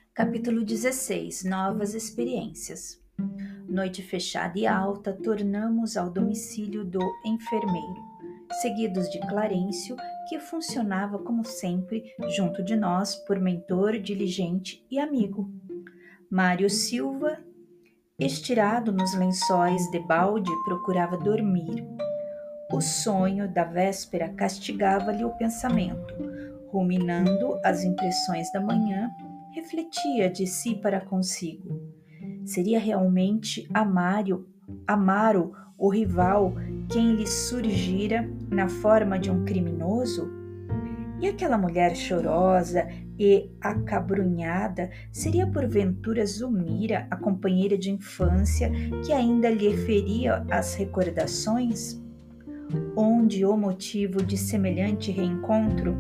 Capítulo 16. Novas experiências. Noite fechada e alta, tornamos ao domicílio do enfermeiro, seguidos de Clarencio, que funcionava como sempre junto de nós por mentor diligente e amigo. Mário Silva, estirado nos lençóis de balde, procurava dormir. O sonho da véspera castigava-lhe o pensamento. Ruminando as impressões da manhã, refletia de si para consigo. Seria realmente Amaro, o rival, quem lhe surgira na forma de um criminoso? E aquela mulher chorosa e acabrunhada seria porventura Zulmira, a companheira de infância que ainda lhe feria as recordações? Onde o motivo de semelhante reencontro?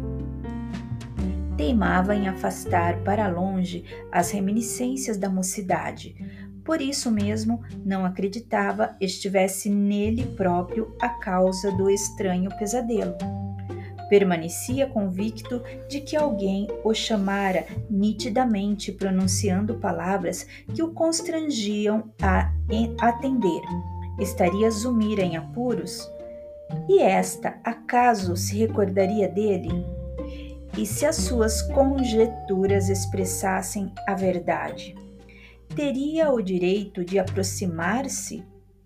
Teimava em afastar para longe as reminiscências da mocidade. Por isso mesmo, não acreditava estivesse nele próprio a causa do estranho pesadelo. Permanecia convicto de que alguém o chamara nitidamente, pronunciando palavras que o constrangiam a atender. Estaria Zulmira em apuros? E esta, acaso, se recordaria dele? E se as suas conjecturas expressassem a verdade? Teria o direito de aproximar-se?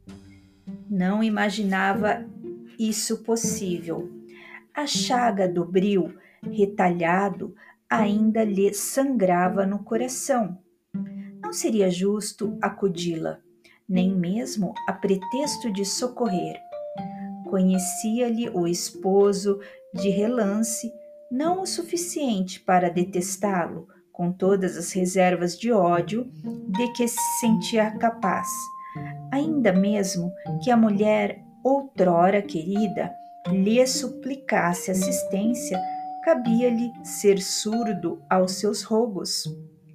Não imaginava isso possível. A chaga do bril retalhado ainda lhe sangrava no coração. Não seria justo acudi-la, nem mesmo a pretexto de socorrer. Conhecia-lhe o esposo de relance, não o suficiente para detestá-lo, com todas as reservas de ódio de que se sentia capaz. Ainda mesmo que a mulher outrora querida lhe suplicasse assistência, cabia-lhe ser surdo aos seus rogos.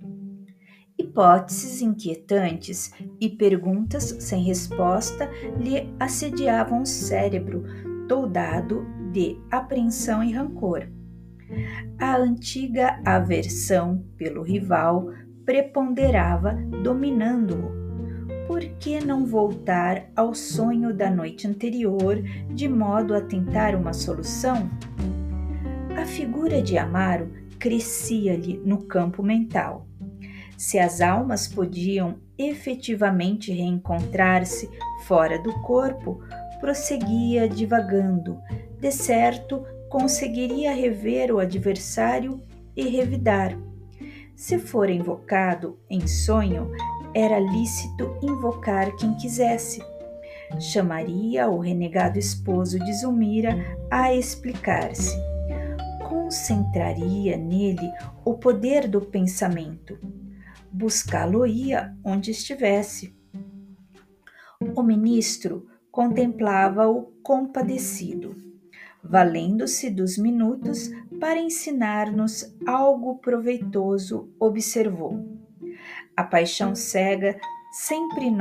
Hipóteses inquietantes e perguntas sem resposta lhe assediavam o cérebro, toldado de apreensão e rancor. A antiga aversão pelo rival preponderava, dominando-o. Por que não voltar ao sonho da noite anterior, de modo a tentar uma solução? A figura de Amaro crescia-lhe no campo mental. Se as almas podiam efetivamente reencontrar-se fora do corpo, prosseguia divagando. De certo, conseguiria rever o adversário e revidar. Se for invocado em sonho, era lícito invocar quem quisesse. Chamaria o renegado esposo de Zulmira a explicar-se. Concentraria nele o poder do pensamento. Buscá-lo-ia onde estivesse. O ministro contemplava-o compadecido, valendo-se dos minutos para ensinar-nos algo proveitoso, observou. A paixão cega sempre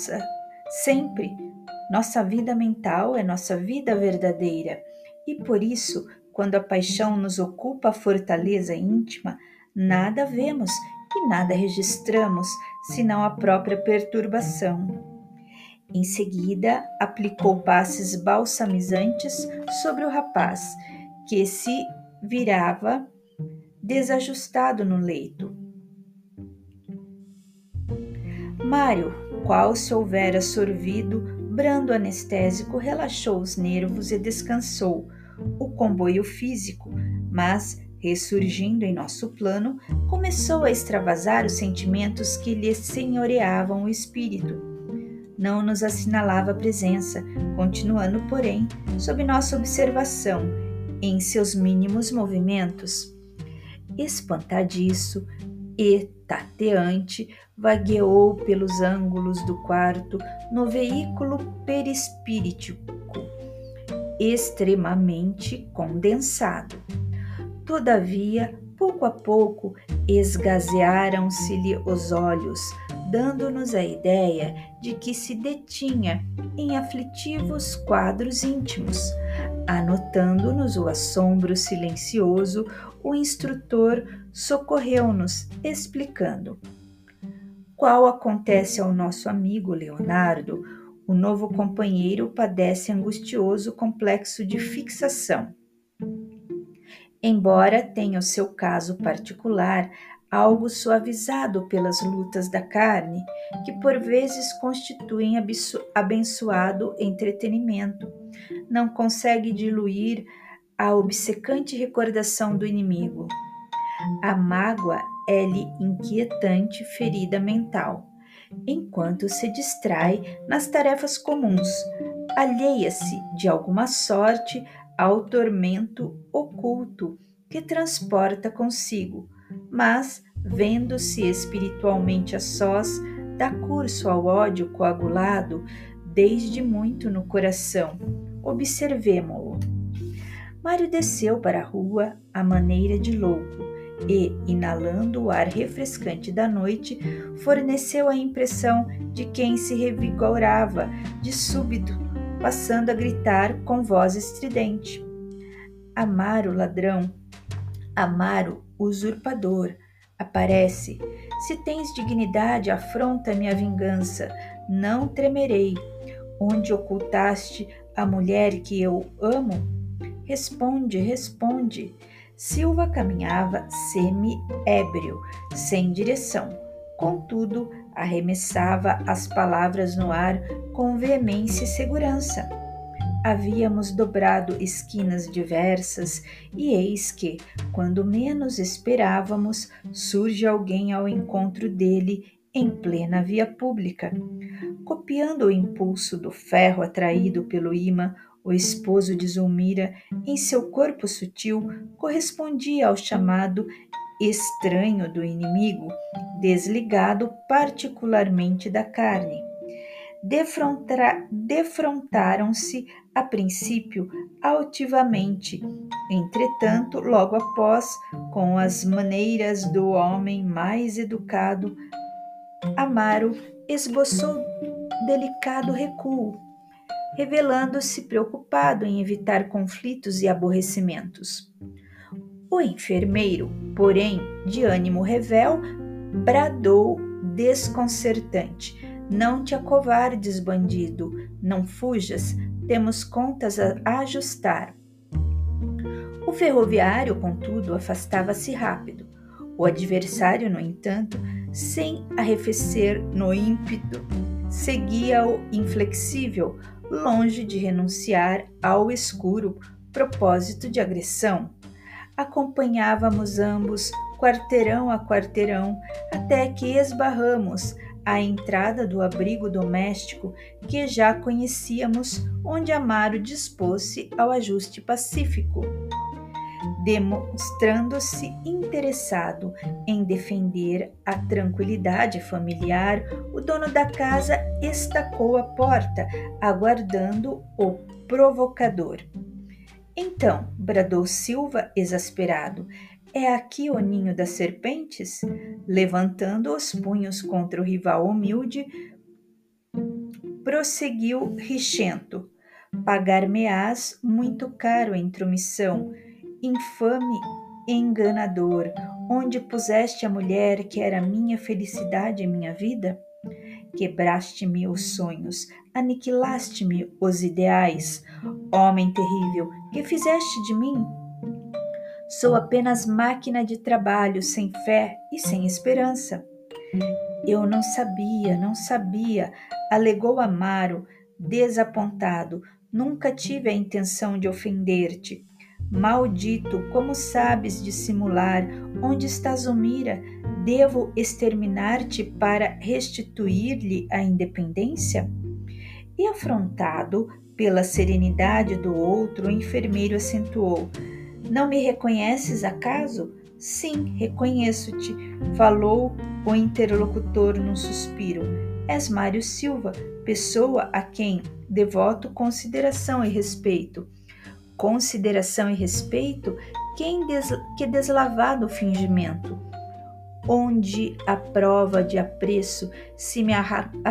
nossa vida mental é nossa vida verdadeira, e por isso, quando a paixão nos ocupa a fortaleza íntima, nada vemos e nada registramos, senão a própria perturbação. Em seguida, aplicou passes balsamizantes sobre o rapaz, que se virava desajustado no leito. Mário, qual se houvera sorvido brando anestésico, relaxou os nervos e descansou o comboio físico, mas, ressurgindo em nosso plano, começou a extravasar os sentimentos que lhe senhoreavam o espírito. Não nos assinalava a presença, continuando, porém, sob nossa observação, em seus mínimos movimentos. Espantadiço e tateante, vagueou pelos ângulos do quarto no veículo perispíritico, extremamente condensado. Todavia, pouco a pouco, esgazearam-se-lhe os olhos, dando-nos a ideia de que se detinha em aflitivos quadros íntimos. Anotando-nos o assombro silencioso, o instrutor socorreu-nos, explicando: qual acontece ao nosso amigo Leonardo, o novo companheiro padece angustioso complexo de fixação. Embora tenha o seu caso particular, algo suavizado pelas lutas da carne, que por vezes constituem abençoado entretenimento, não consegue diluir a obcecante recordação do inimigo. A mágoa é-lhe inquietante ferida mental, enquanto se distrai nas tarefas comuns, alheia-se de alguma sorte ao tormento oculto que transporta consigo, mas, vendo-se espiritualmente a sós, dá curso ao ódio coagulado desde muito no coração. Observemo-lo. Mário desceu para a rua à maneira de louco e, inalando o ar refrescante da noite, forneceu a impressão de quem se revigorava de súbito, passando a gritar com voz estridente: Amaro, ladrão! Amaro, usurpador! Aparece! Se tens dignidade, afronta-me a vingança. Não tremerei. Onde ocultaste a mulher que eu amo? Responde, responde. Silva caminhava semi-ébrio, sem direção. Contudo, arremessava as palavras no ar com veemência e segurança. Havíamos dobrado esquinas diversas e eis que, quando menos esperávamos, surge alguém ao encontro dele em plena via pública. Copiando o impulso do ferro atraído pelo ímã, o esposo de Zulmira, em seu corpo sutil, correspondia ao chamado estranho do inimigo, desligado particularmente da carne. Defrontaram-se, a princípio, altivamente. Entretanto, logo após, com as maneiras do homem mais educado, Amaro esboçou delicado recuo, revelando-se preocupado em evitar conflitos e aborrecimentos. O enfermeiro, porém, de ânimo revel, bradou desconcertante: Não te acovardes, bandido, não fujas, temos contas a ajustar. O ferroviário, contudo, afastava-se rápido. O adversário, no entanto, sem arrefecer no ímpeto, seguia-o inflexível, longe de renunciar ao escuro propósito de agressão. Acompanhávamos ambos, quarteirão a quarteirão, até que esbarramos à entrada do abrigo doméstico que já conhecíamos, onde Amaro dispôs-se ao ajuste pacífico. Demonstrando-se interessado em defender a tranquilidade familiar, o dono da casa estacou a porta, aguardando o provocador. Então, bradou Silva, exasperado, é aqui o ninho das serpentes? Levantando os punhos contra o rival humilde, prosseguiu richento: pagar-me-ás muito caro a intromissão, infame e enganador, onde puseste a mulher que era minha felicidade e minha vida? Quebraste-me os sonhos, aniquilaste-me os ideais. Homem terrível, que fizeste de mim? Sou apenas máquina de trabalho, sem fé e sem esperança. Eu não sabia, alegou Amaro, desapontado. Nunca tive a intenção de ofender-te. Maldito, como sabes dissimular? Onde está Zulmira? Devo exterminar-te para restituir-lhe a independência? E afrontado pela serenidade do outro, o enfermeiro acentuou: Não me reconheces acaso? Sim, reconheço-te, falou o interlocutor num suspiro. És Mário Silva, pessoa a quem devoto consideração e respeito. Consideração e respeito? Que deslavado fingimento! Onde a prova de apreço se me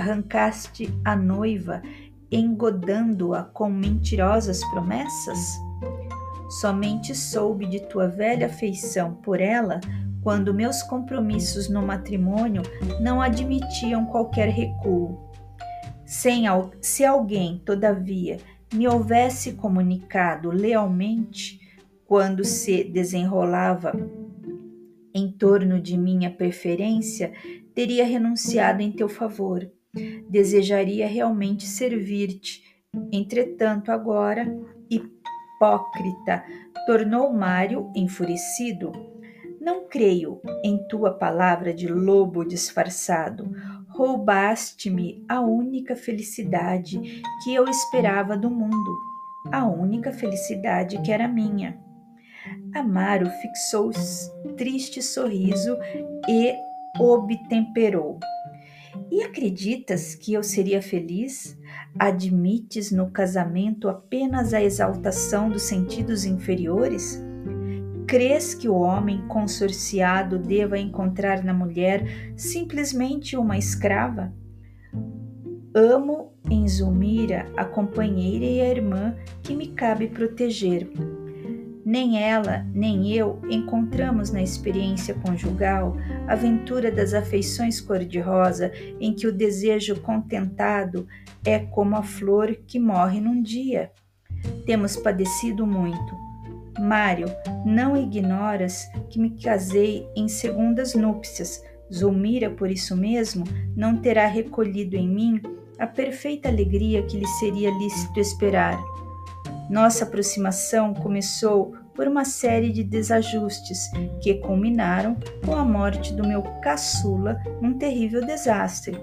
arrancaste a noiva, engodando-a com mentirosas promessas? Somente soube de tua velha afeição por ela quando meus compromissos no matrimônio não admitiam qualquer recuo. Se alguém, todavia, me houvesse comunicado lealmente quando se desenrolava em torno de minha preferência, teria renunciado em teu favor. Desejaria realmente servir-te. Entretanto, agora, hipócrita, tornou Mário enfurecido. Não creio em tua palavra de lobo disfarçado. Roubaste-me a única felicidade que eu esperava do mundo, a única felicidade que era minha. Amaro fixou triste sorriso e obtemperou. E acreditas que eu seria feliz? Admites no casamento apenas a exaltação dos sentidos inferiores? Crês que o homem consorciado deva encontrar na mulher simplesmente uma escrava? Amo em Zulmira a companheira e a irmã que me cabe proteger. Nem ela, nem eu encontramos na experiência conjugal a aventura das afeições cor-de-rosa em que o desejo contentado é como a flor que morre num dia. Temos padecido muito. Mário, não ignoras que me casei em segundas núpcias. Zulmira, por isso mesmo, não terá recolhido em mim a perfeita alegria que lhe seria lícito esperar. Nossa aproximação começou por uma série de desajustes que culminaram com a morte do meu caçula num terrível desastre.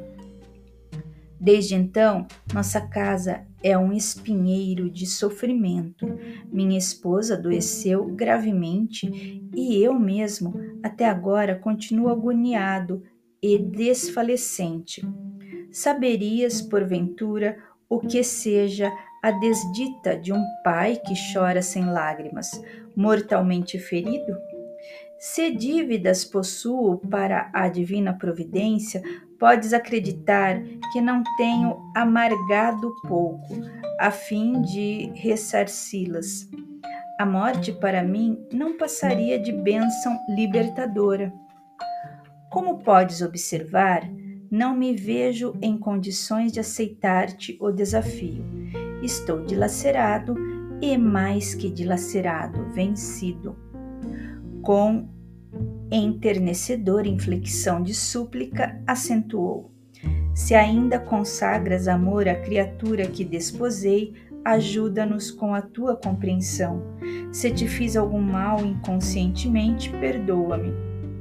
Desde então, nossa casa é um espinheiro de sofrimento. Minha esposa adoeceu gravemente e eu mesmo, até agora, continuo agoniado e desfalecente. Saberias, porventura, o que seja a desdita de um pai que chora sem lágrimas, mortalmente ferido? Se dívidas possuo para a divina providência, podes acreditar que não tenho amargado pouco, a fim de ressarci-las. A morte para mim não passaria de bênção libertadora. Como podes observar, não me vejo em condições de aceitar-te o desafio. Estou dilacerado e mais que dilacerado, vencido. Com enternecedora inflexão de súplica, acentuou: se ainda consagras amor à criatura que desposei, ajuda-nos com a tua compreensão. Se te fiz algum mal inconscientemente, perdoa-me.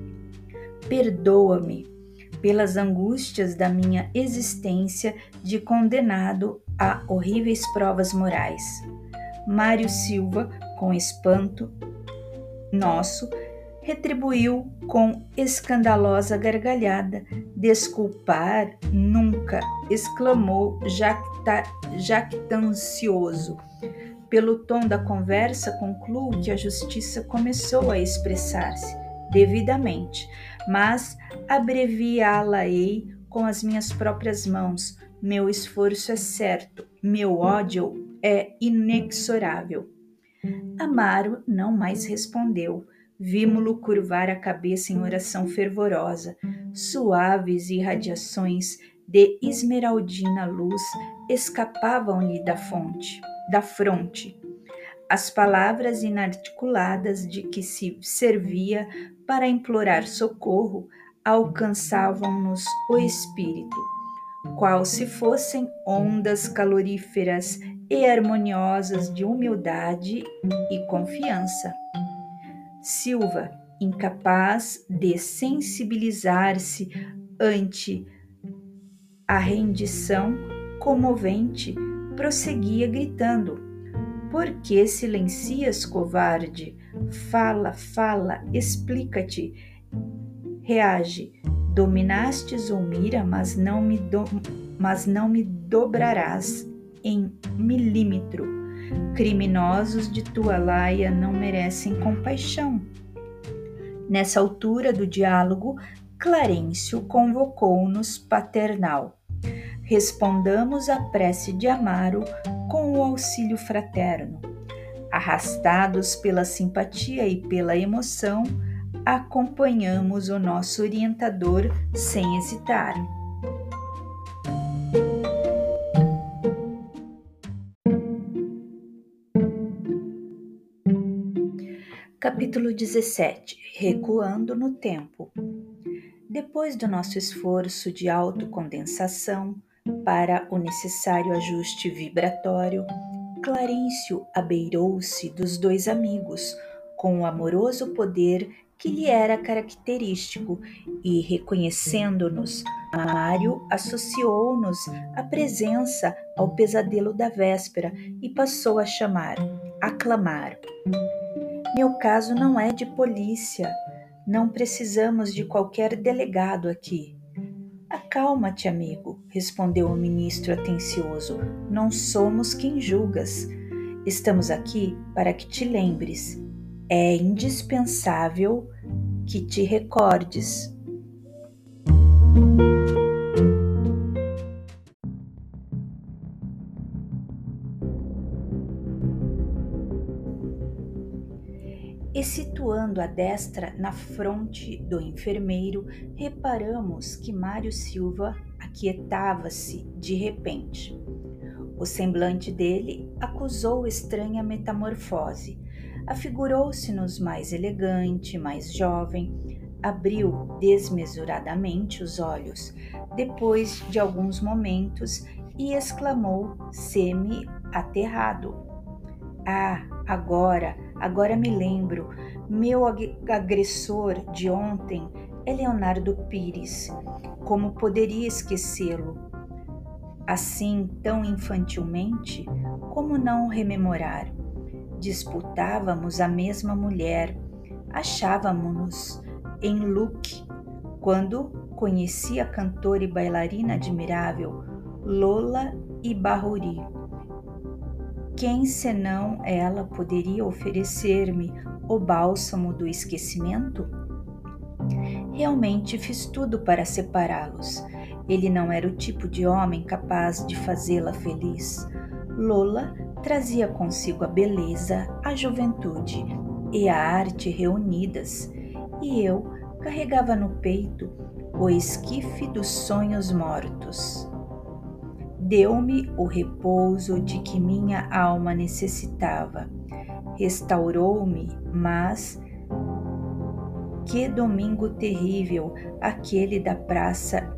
Perdoa-me pelas angústias da minha existência de condenado a horríveis provas morais. Mário Silva, com espanto nosso, retribuiu com escandalosa gargalhada. Desculpar nunca, exclamou jactancioso. Pelo tom da conversa, concluo que a justiça começou a expressar-se devidamente, mas abreviá-la-ei com as minhas próprias mãos. Meu esforço é certo, meu ódio é inexorável. Amaro não mais respondeu. Vimo-lo curvar a cabeça em oração fervorosa. Suaves irradiações de esmeraldina luz escapavam-lhe da fronte. As palavras inarticuladas de que se servia para implorar socorro alcançavam-nos o espírito, qual se fossem ondas caloríferas e harmoniosas de humildade e confiança. Silva, incapaz de sensibilizar-se ante a rendição comovente, prosseguia gritando: por que silencias, covarde? Fala, fala, explica-te. Reage. Dominaste Zulmira, mas não me dobrarás em milímetro. Criminosos de tua laia não merecem compaixão. Nessa altura do diálogo, Clarencio convocou-nos paternal. Respondamos à prece de Amaro com o auxílio fraterno. Arrastados pela simpatia e pela emoção, acompanhamos o nosso orientador sem hesitar. Capítulo 17. Recuando no tempo. Depois do nosso esforço de autocondensação para o necessário ajuste vibratório, Clarencio abeirou-se dos dois amigos com o amoroso poder que lhe era característico e, reconhecendo-nos, Mário associou-nos à presença ao pesadelo da véspera e passou a chamar, a clamar. Meu caso não é de polícia. Não precisamos de qualquer delegado aqui. Acalma-te, amigo, respondeu o ministro atencioso. Não somos quem julgas. Estamos aqui para que te lembres. É indispensável que te recordes. E situando a destra na fronte do enfermeiro, reparamos que Mário Silva aquietava-se de repente. O semblante dele acusou estranha metamorfose. Afigurou-se-nos mais elegante, mais jovem, abriu desmesuradamente os olhos, depois de alguns momentos, e exclamou, semi-aterrado: Ah, agora me lembro. Meu agressor de ontem é Leonardo Pires. Como poderia esquecê-lo? Assim, tão infantilmente, como não rememorar? Disputávamos a mesma mulher, achávamos-nos em look, quando conheci a cantora e bailarina admirável Lola Ibárruri. Quem senão ela poderia oferecer-me o bálsamo do esquecimento? Realmente fiz tudo para separá-los. Ele não era o tipo de homem capaz de fazê-la feliz. Lola trazia consigo a beleza, a juventude e a arte reunidas, e eu carregava no peito o esquife dos sonhos mortos. Deu-me o repouso de que minha alma necessitava. Restaurou-me, mas que domingo terrível aquele da praça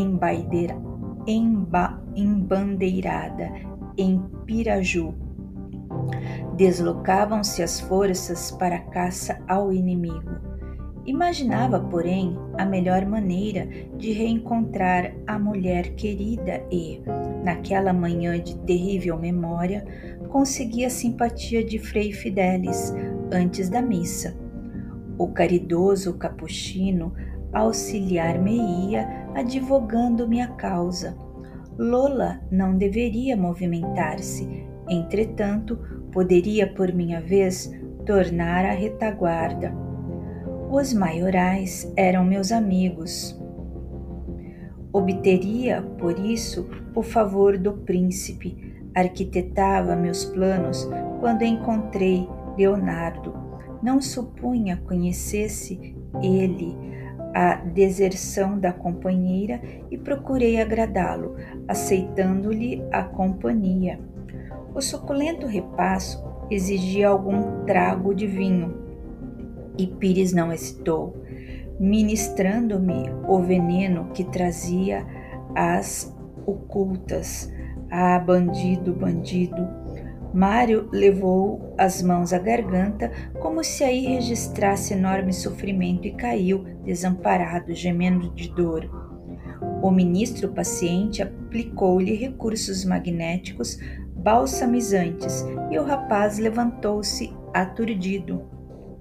embandeirada em Piraju. Deslocavam-se as forças para a caça ao inimigo. Imaginava, porém, a melhor maneira de reencontrar a mulher querida e, naquela manhã de terrível memória, consegui a simpatia de Frei Fidelis antes da missa. O caridoso capuchino auxiliar-me-ia advogando-me a causa. Lola não deveria movimentar-se, entretanto, poderia por minha vez tornar à retaguarda. Os maiorais eram meus amigos. Obteria, por isso, o favor do príncipe. Arquitetava meus planos quando encontrei Leonardo. Não supunha conhecesse ele a deserção da companheira e procurei agradá-lo, aceitando-lhe a companhia. O suculento repasso exigia algum trago de vinho, e Pires não hesitou, ministrando-me o veneno que trazia as ocultas. Ah, bandido, bandido! Mário levou as mãos à garganta, como se aí registrasse enorme sofrimento, e caiu, desamparado, gemendo de dor. O ministro paciente aplicou-lhe recursos magnéticos balsamizantes, e o rapaz levantou-se aturdido.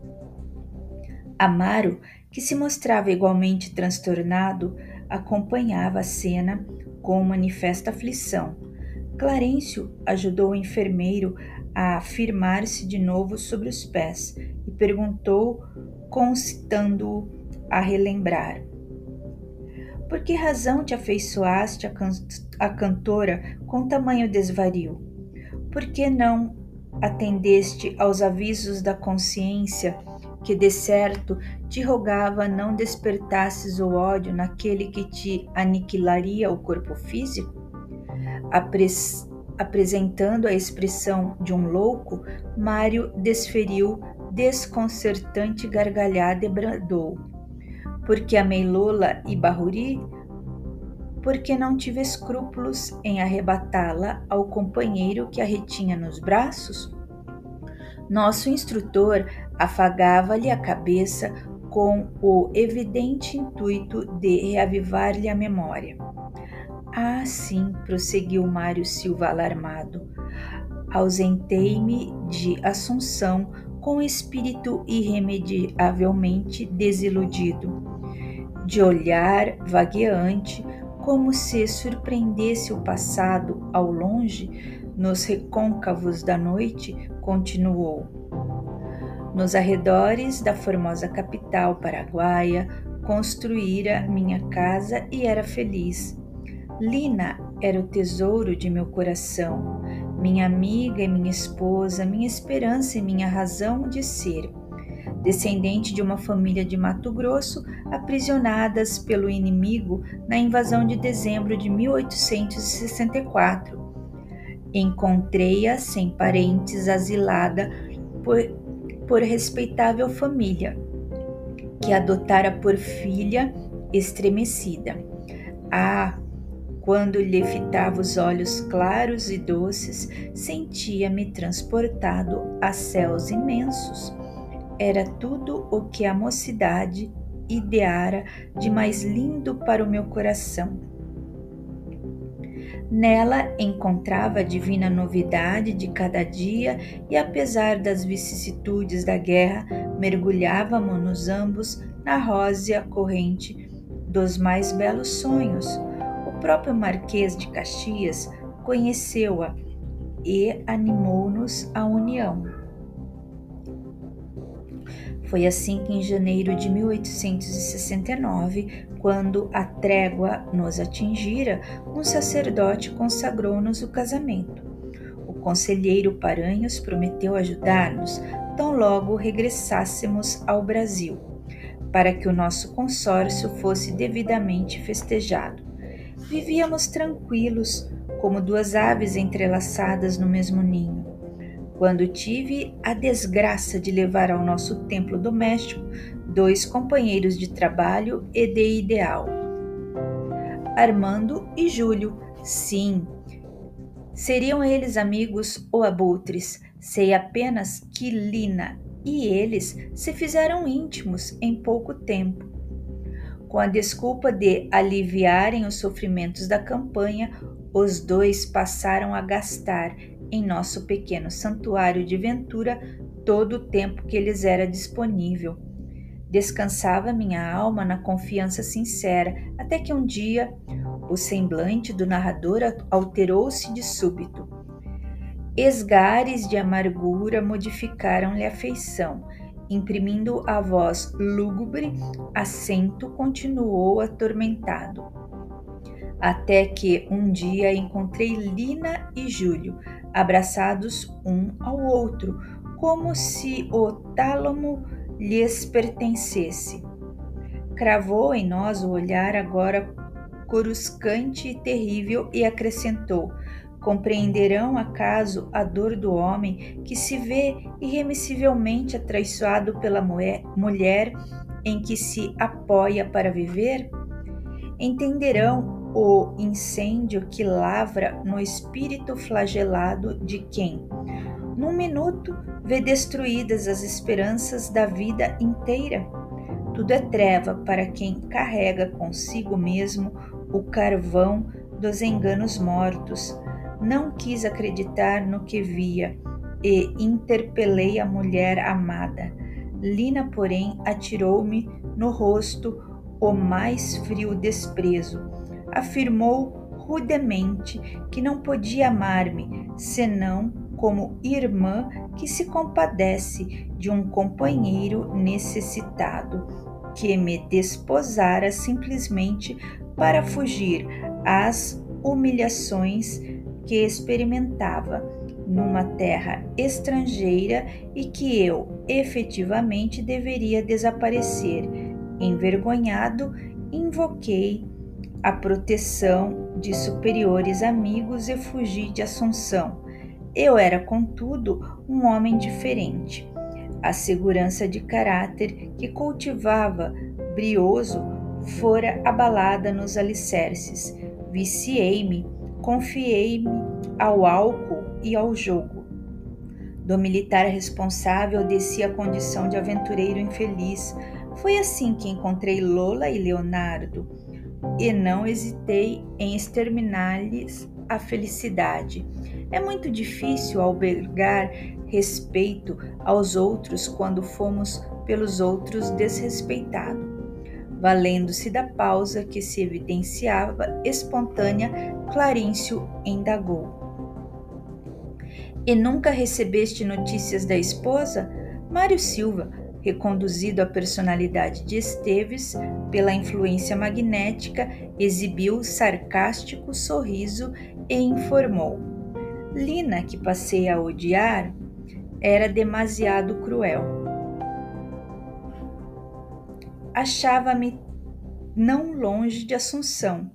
Amaro, que se mostrava igualmente transtornado, acompanhava a cena com manifesta aflição. Clarencio ajudou o enfermeiro a firmar-se de novo sobre os pés e perguntou, concitando-o a relembrar: Por que razão te afeiçoaste à cantora com tamanho desvario? Por que não atendeste aos avisos da consciência, que de certo te rogava não despertasses o ódio naquele que te aniquilaria o corpo físico? Apresentando a expressão de um louco, Mário desferiu desconcertante gargalhada e bradou: porque amei Lola e Bahuri? Porque não tive escrúpulos em arrebatá-la ao companheiro que a retinha nos braços? Nosso instrutor afagava-lhe a cabeça com o evidente intuito de reavivar-lhe a memória. Ah, sim, prosseguiu Mário Silva alarmado. Ausentei-me de Assunção com espírito irremediavelmente desiludido. De olhar vagueante, como se surpreendesse o passado ao longe, nos recôncavos da noite, continuou. Nos arredores da formosa capital paraguaia, construíra minha casa e era feliz. Lina era o tesouro de meu coração, minha amiga e minha esposa, minha esperança e minha razão de ser. Descendente de uma família de Mato Grosso, aprisionadas pelo inimigo na invasão de dezembro de 1864. Encontrei-a sem parentes, asilada por respeitável família, que a adotara por filha estremecida. Ah, quando lhe fitava os olhos claros e doces, sentia-me transportado a céus imensos. Era tudo o que a mocidade ideara de mais lindo para o meu coração. Nela encontrava a divina novidade de cada dia e, apesar das vicissitudes da guerra, mergulhávamos ambos na rósea corrente dos mais belos sonhos. O próprio Marquês de Caxias conheceu-a e animou-nos à união. Foi assim que, em janeiro de 1869, quando a trégua nos atingira, um sacerdote consagrou-nos o casamento. O conselheiro Paranhos prometeu ajudar-nos tão logo regressássemos ao Brasil, para que o nosso consórcio fosse devidamente festejado. Vivíamos tranquilos, como duas aves entrelaçadas no mesmo ninho, quando tive a desgraça de levar ao nosso templo doméstico 2 companheiros de trabalho e de ideal, Armando e Júlio. Sim, seriam eles amigos ou abutres, sei apenas que Lina e eles se fizeram íntimos em pouco tempo. Com a desculpa de aliviarem os sofrimentos da campanha, os 2 passaram a gastar em nosso pequeno santuário de Ventura todo o tempo que lhes era disponível. Descansava minha alma na confiança sincera, até que um dia o semblante do narrador alterou-se de súbito. Esgares de amargura modificaram-lhe a feição. Imprimindo a voz lúgubre, acento continuou atormentado. Até que um dia encontrei Lina e Júlio, abraçados um ao outro, como se o tálamo lhes pertencesse. Cravou em nós o olhar agora coruscante e terrível e acrescentou: compreenderão acaso a dor do homem que se vê irremissivelmente atraiçoado pela mulher em que se apoia para viver? Entenderão o incêndio que lavra no espírito flagelado de quem, num minuto, vê destruídas as esperanças da vida inteira? Tudo é treva para quem carrega consigo mesmo o carvão dos enganos mortos. Não quis acreditar no que via e interpelei a mulher amada. Lina, porém, atirou-me no rosto o mais frio desprezo. Afirmou rudemente que não podia amar-me, senão como irmã que se compadece de um companheiro necessitado, que me desposara simplesmente para fugir às humilhações que experimentava. numa terra estrangeira e que eu efetivamente deveria desaparecer. Envergonhado, invoquei a proteção de superiores amigos e fugi de Assunção. Eu era, contudo, um homem diferente. A segurança de caráter que cultivava brioso fora abalada nos alicerces. Viciei-me, confiei-me ao álcool e ao jogo. Do militar responsável desci à condição de aventureiro infeliz. Foi assim que encontrei Lola e Leonardo, e não hesitei em exterminar-lhes a felicidade. É muito difícil albergar respeito aos outros quando fomos pelos outros desrespeitados. Valendo-se da pausa que se evidenciava espontânea, Clarencio indagou: E nunca recebeste notícias da esposa? Mário Silva, reconduzido à personalidade de Esteves pela influência magnética, exibiu sarcástico sorriso e informou: Lina, que passei a odiar, era demasiado cruel. Achava-me não longe de Assunção.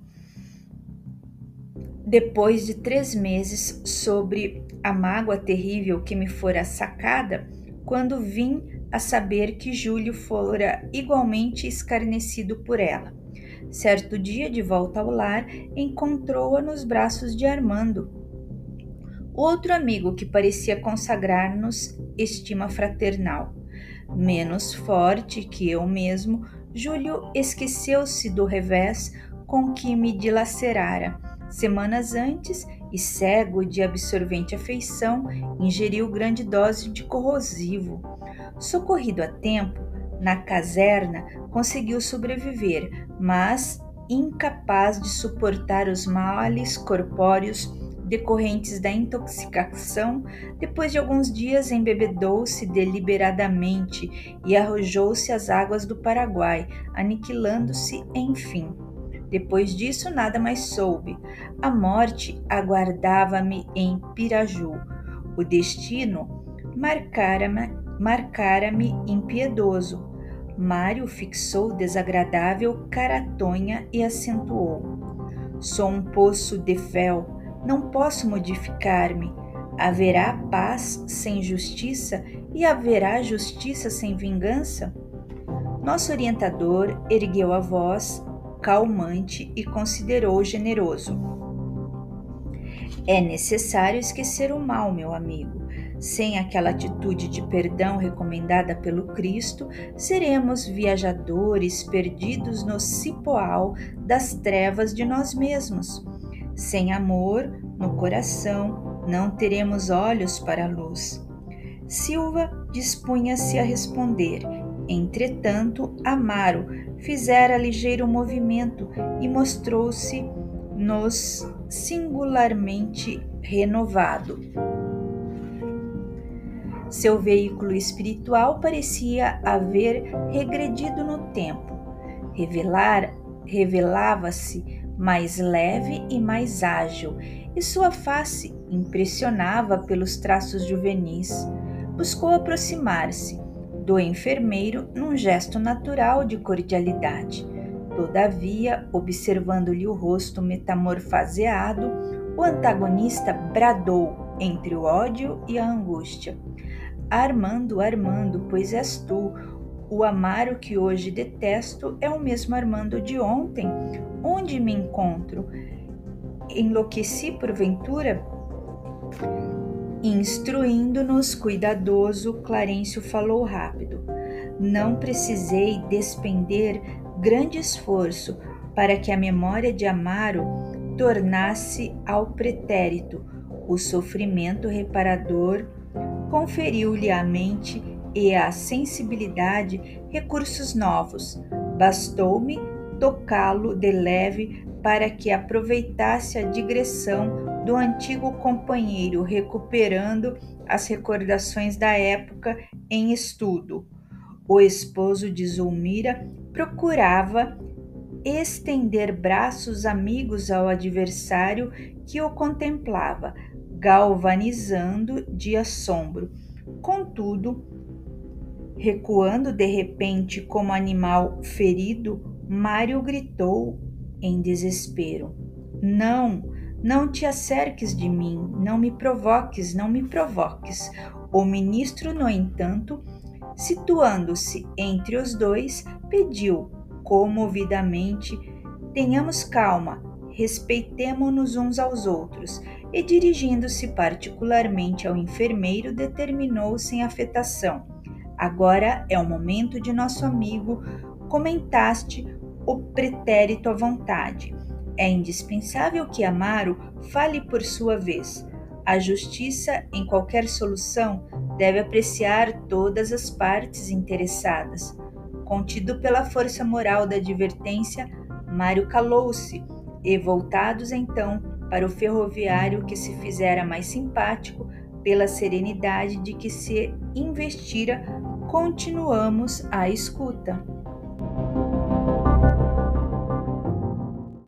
Depois de 3 meses sobre a mágoa terrível que me fora sacada, quando vim a saber que Júlio fora igualmente escarnecido por ela. Certo dia, de volta ao lar, encontrou-a nos braços de Armando, outro amigo que parecia consagrar-nos estima fraternal. Menos forte que eu mesmo, Júlio esqueceu-se do revés com que me dilacerara. Semanas antes, e cego de absorvente afeição, ingeriu grande dose de corrosivo. Socorrido a tempo, na caserna, conseguiu sobreviver, mas incapaz de suportar os males corpóreos decorrentes da intoxicação, depois de alguns dias embebedou-se deliberadamente e arrojou-se às águas do Paraguai, aniquilando-se enfim. Depois disso, nada mais soube. A morte aguardava-me em Piraju. O destino marcara-me impiedoso. Mário fixou desagradável caratonha e acentuou: Sou um poço de fel. Não posso modificar-me. Haverá paz sem justiça e haverá justiça sem vingança? Nosso orientador ergueu a voz calmante e considerou generoso. É necessário esquecer o mal, meu amigo. Sem aquela atitude de perdão recomendada pelo Cristo, seremos viajadores perdidos no cipoal das trevas de nós mesmos. Sem amor no coração, não teremos olhos para a luz. Silva dispunha-se a responder. Entretanto, Amaro fizera ligeiro movimento e mostrou-se-nos singularmente renovado. Seu veículo espiritual parecia haver regredido no tempo. Revelava-se mais leve e mais ágil, e sua face impressionava pelos traços juvenis. Buscou aproximar-se do enfermeiro num gesto natural de cordialidade. Todavia, observando-lhe o rosto metamorfoseado, o antagonista bradou entre o ódio e a angústia: Armando, Armando, pois és tu. O Amaro que hoje detesto é o mesmo Armando de ontem. Onde me encontro? Enlouqueci porventura? Instruindo-nos cuidadoso, Clarencio falou rápido. Não precisei despender grande esforço para que a memória de Amaro tornasse ao pretérito. O sofrimento reparador conferiu-lhe à mente e à sensibilidade recursos novos. Bastou-me tocá-lo de leve para que aproveitasse a digressão do antigo companheiro, recuperando as recordações da época em estudo. O esposo de Zulmira procurava estender braços amigos ao adversário que o contemplava. galvanizando de assombro. Contudo, recuando de repente como animal ferido, Mário gritou em desespero: Não, não te acerques de mim, não me provoques, não me provoques. O ministro, no entanto, situando-se entre os dois, pediu comovidamente: Tenhamos calma, respeitemo-nos uns aos outros, e dirigindo-se particularmente ao enfermeiro, determinou sem afetação: Agora é o momento de nosso amigo, comentaste o pretérito à vontade. É indispensável que Amaro fale por sua vez. A justiça, em qualquer solução, deve apreciar todas as partes interessadas. Contido pela força moral da advertência, Mário calou-se, e voltados então para o ferroviário, que se fizera mais simpático pela serenidade de que se investira, continuamos a escuta.